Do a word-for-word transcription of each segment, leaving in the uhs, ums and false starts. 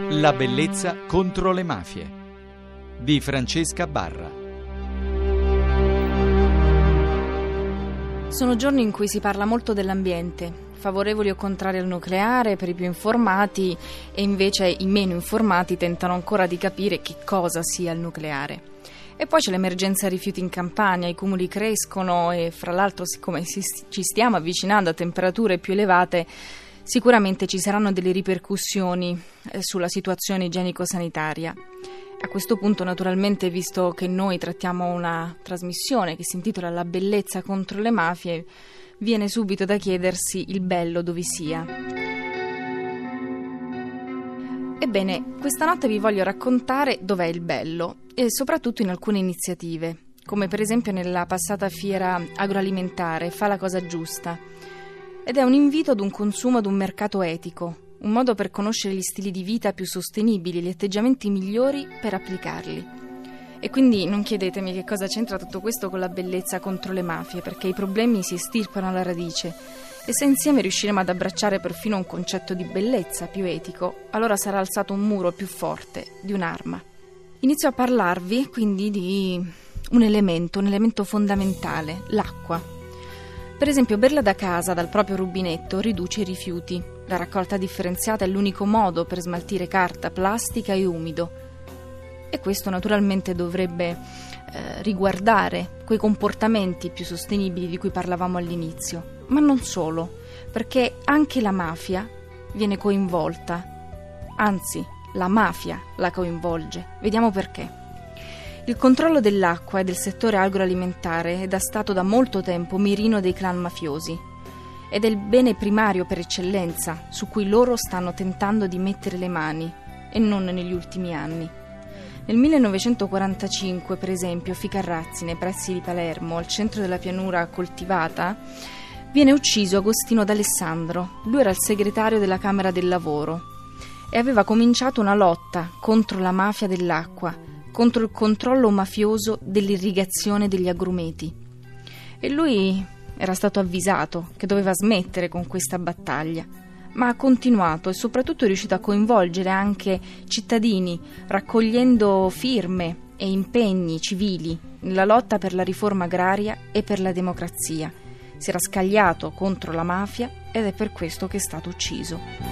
La bellezza contro le mafie di Francesca Barra. Sono giorni in cui si parla molto dell'ambiente, favorevoli o contrari al nucleare per i più informati, e invece i meno informati tentano ancora di capire che cosa sia il nucleare. E poi c'è l'emergenza rifiuti in Campania, i cumuli crescono e fra l'altro, siccome ci stiamo avvicinando a temperature più elevate, sicuramente ci saranno delle ripercussioni sulla situazione igienico-sanitaria. A questo punto, naturalmente, visto che noi trattiamo una trasmissione che si intitola La bellezza contro le mafie, viene subito da chiedersi il bello dove sia. Ebbene, questa notte vi voglio raccontare dov'è il bello e soprattutto in alcune iniziative, come per esempio nella passata fiera agroalimentare Fa la cosa giusta. Ed è un invito ad un consumo, ad un mercato etico, un modo per conoscere gli stili di vita più sostenibili, gli atteggiamenti migliori per applicarli. E quindi non chiedetemi che cosa c'entra tutto questo con la bellezza contro le mafie, perché i problemi si estirpano alla radice. E se insieme riusciremo ad abbracciare perfino un concetto di bellezza più etico, allora sarà alzato un muro più forte di un'arma. Inizio a parlarvi quindi di un elemento, un elemento fondamentale, l'acqua. Per esempio, berla da casa, dal proprio rubinetto, riduce i rifiuti. La raccolta differenziata è l'unico modo per smaltire carta, plastica e umido. E questo naturalmente dovrebbe eh, riguardare quei comportamenti più sostenibili di cui parlavamo all'inizio. Ma non solo, perché anche la mafia viene coinvolta. Anzi, la mafia la coinvolge. Vediamo perché. Il controllo dell'acqua e del settore agroalimentare è da stato da molto tempo mirino dei clan mafiosi ed è il bene primario per eccellenza su cui loro stanno tentando di mettere le mani, e non negli ultimi anni. Nel millenovecentoquarantacinque, per esempio, a Ficarrazzi, nei pressi di Palermo, al centro della pianura coltivata, viene ucciso Agostino D'Alessandro. Lui era il segretario della Camera del Lavoro e aveva cominciato una lotta contro la mafia dell'acqua, contro il controllo mafioso dell'irrigazione degli agrumeti. E lui era stato avvisato che doveva smettere con questa battaglia, ma ha continuato e soprattutto è riuscito a coinvolgere anche cittadini, raccogliendo firme e impegni civili nella lotta per la riforma agraria e per la democrazia. Si era scagliato contro la mafia ed è per questo che è stato ucciso.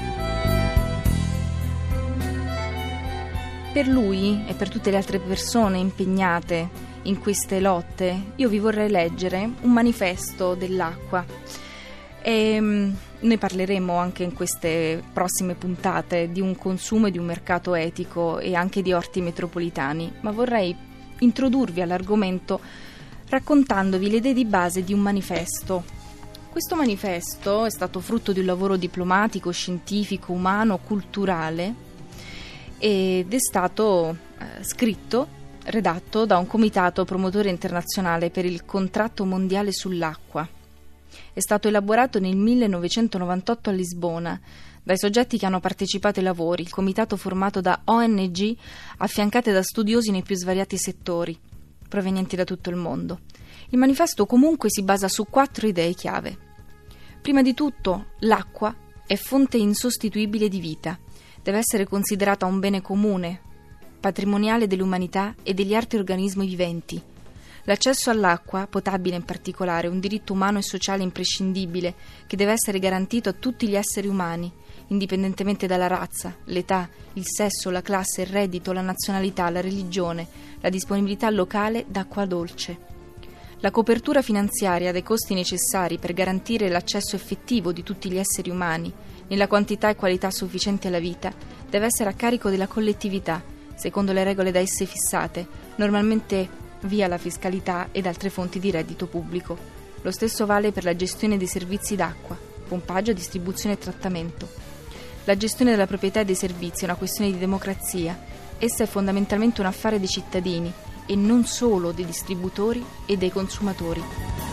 Per lui e per tutte le altre persone impegnate in queste lotte, io vi vorrei leggere un manifesto dell'acqua. E noi parleremo anche in queste prossime puntate di un consumo e di un mercato etico e anche di orti metropolitani, ma vorrei introdurvi all'argomento raccontandovi le idee di base di un manifesto. Questo manifesto è stato frutto di un lavoro diplomatico, scientifico, umano, culturale, ed è stato eh, scritto, redatto da un comitato promotore internazionale per il contratto mondiale sull'acqua. È stato elaborato nel millenovecentonovantotto a Lisbona dai soggetti che hanno partecipato ai lavori, il comitato formato da O N G affiancate da studiosi nei più svariati settori, provenienti da tutto il mondo. Il manifesto comunque si basa su quattro idee chiave. Prima di tutto, l'acqua è fonte insostituibile di vita. Deve essere considerata un bene comune, patrimoniale dell'umanità e degli altri organismi viventi. L'accesso all'acqua, potabile in particolare, è un diritto umano e sociale imprescindibile che deve essere garantito a tutti gli esseri umani, indipendentemente dalla razza, l'età, il sesso, la classe, il reddito, la nazionalità, la religione, la disponibilità locale d'acqua dolce. La copertura finanziaria dei costi necessari per garantire l'accesso effettivo di tutti gli esseri umani nella quantità e qualità sufficienti alla vita deve essere a carico della collettività, secondo le regole da esse fissate, normalmente via la fiscalità ed altre fonti di reddito pubblico. Lo stesso vale per la gestione dei servizi d'acqua, pompaggio, distribuzione e trattamento. La gestione della proprietà e dei servizi è una questione di democrazia. Essa è fondamentalmente un affare dei cittadini e non solo dei distributori e dei consumatori.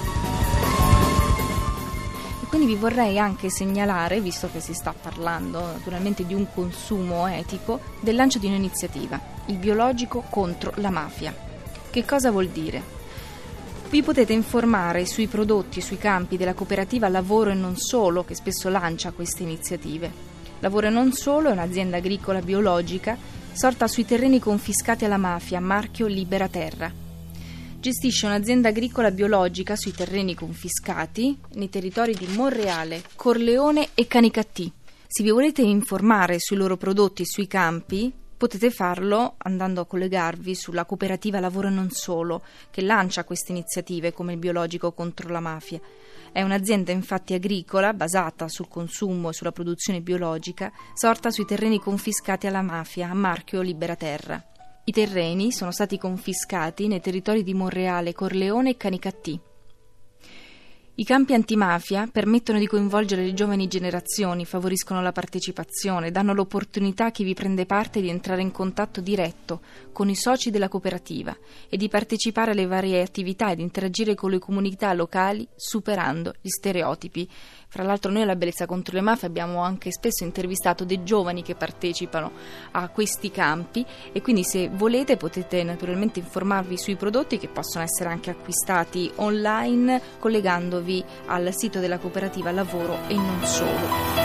Quindi vi vorrei anche segnalare, visto che si sta parlando naturalmente di un consumo etico, del lancio di un'iniziativa, il biologico contro la mafia. Che cosa vuol dire? Vi potete informare sui prodotti e sui campi della cooperativa Lavoro e non solo, che spesso lancia queste iniziative. Lavoro e non solo è un'azienda agricola biologica sorta sui terreni confiscati alla mafia, marchio Libera Terra. Gestisce un'azienda agricola biologica sui terreni confiscati nei territori di Monreale, Corleone e Canicattì. Se vi volete informare sui loro prodotti e sui campi, potete farlo andando a collegarvi sulla cooperativa Lavoro e non solo, che lancia queste iniziative come il biologico contro la mafia. È un'azienda infatti agricola basata sul consumo e sulla produzione biologica, sorta sui terreni confiscati alla mafia, a marchio Libera Terra. I terreni sono stati confiscati nei territori di Monreale, Corleone e Canicattì. I campi antimafia permettono di coinvolgere le giovani generazioni, favoriscono la partecipazione, danno l'opportunità a chi vi prende parte di entrare in contatto diretto con i soci della cooperativa e di partecipare alle varie attività ed interagire con le comunità locali superando gli stereotipi. Fra l'altro noi alla Bellezza contro le mafie abbiamo anche spesso intervistato dei giovani che partecipano a questi campi e quindi se volete potete naturalmente informarvi sui prodotti che possono essere anche acquistati online collegandovi al sito della cooperativa Lavoro e non solo.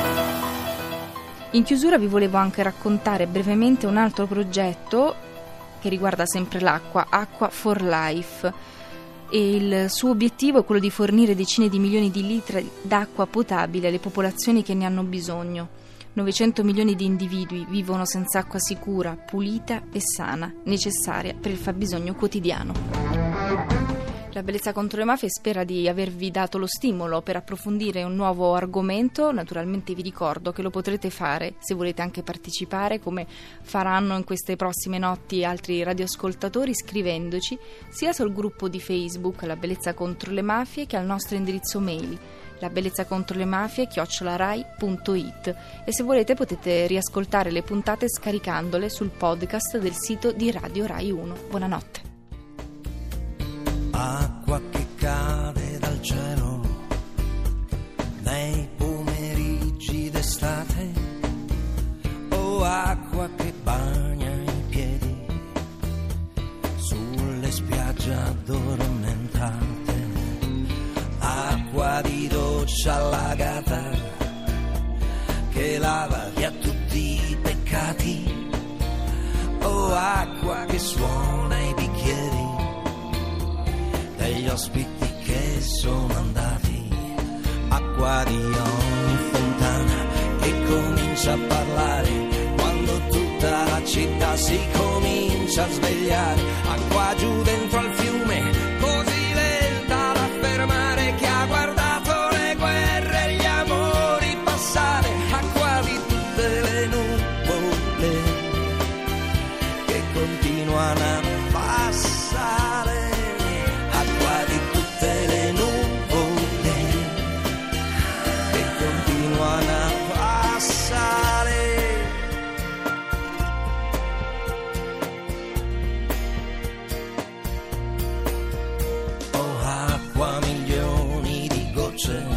In chiusura vi volevo anche raccontare brevemente un altro progetto che riguarda sempre l'acqua, Acqua for Life. E il suo obiettivo è quello di fornire decine di milioni di litri d'acqua potabile alle popolazioni che ne hanno bisogno. novecento milioni di individui vivono senza acqua sicura, pulita e sana, necessaria per il fabbisogno quotidiano. La Bellezza contro le mafie spera di avervi dato lo stimolo per approfondire un nuovo argomento. Naturalmente vi ricordo che lo potrete fare se volete anche partecipare, come faranno in queste prossime notti altri radioascoltatori, scrivendoci sia sul gruppo di Facebook La Bellezza contro le mafie che al nostro indirizzo mail la bellezza contro le mafie chiocciola rai punto it, e se volete potete riascoltare le puntate scaricandole sul podcast del sito di Radio Rai uno. Buonanotte. Acqua che cade dal cielo nei pomeriggi d'estate, o acqua che bagna i piedi sulle spiagge addormentate, acqua di doccia allagata che lava via tutti i peccati, o acqua che suona i bicchieri degli ospiti che sono andati, acqua di ogni fontana che comincia a parlare quando tutta la città si comincia a svegliare, acqua giù dentro al fiume così lenta da fermare chi ha guardato le guerre e gli amori passare, acqua di tutte le nuvole che continuano a passare, di tutte le nuvole che continuano a passare. Oh, acqua, milioni di gocce,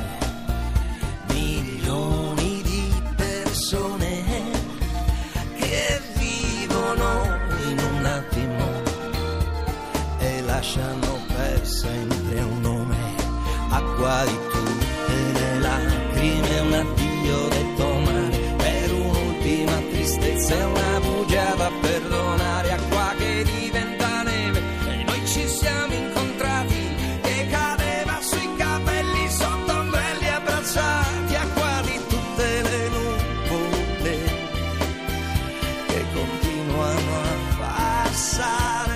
milioni di persone che vivono in un attimo e lasciano per sempre un nome, acqua di tutte le lacrime, un addio detto male, per un'ultima tristezza e una bugia da perdonare, acqua che diventa neve e noi ci siamo incontrati, che cadeva sui capelli sotto ombrelli abbracciati, acqua di tutte le nuvole che continuano a passare,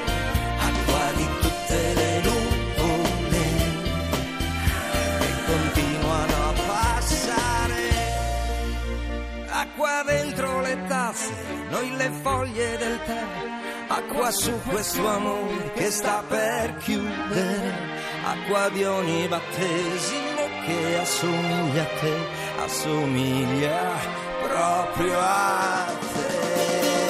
acqua dentro le tazze, noi le foglie del tè, acqua su questo amore che sta per chiudere, acqua di ogni battesimo che assomiglia a te, assomiglia proprio a te.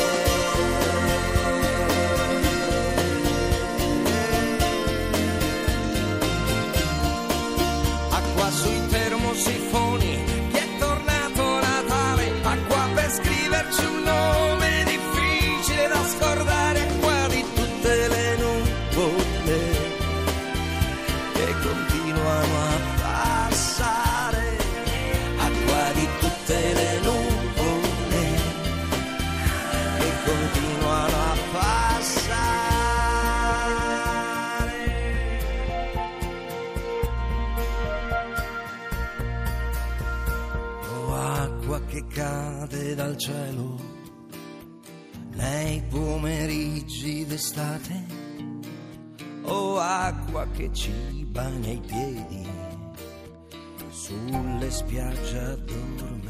Acqua sui termosifoni, chi è tornato Natale, acqua per scriverci un nome difficile da scordare, acqua di tutte le nuvole che continuano a passare, acqua di tutte le nuvole acqua che cade dal cielo nei pomeriggi d'estate, o acqua che ci bagna i piedi sulle spiagge addormentate.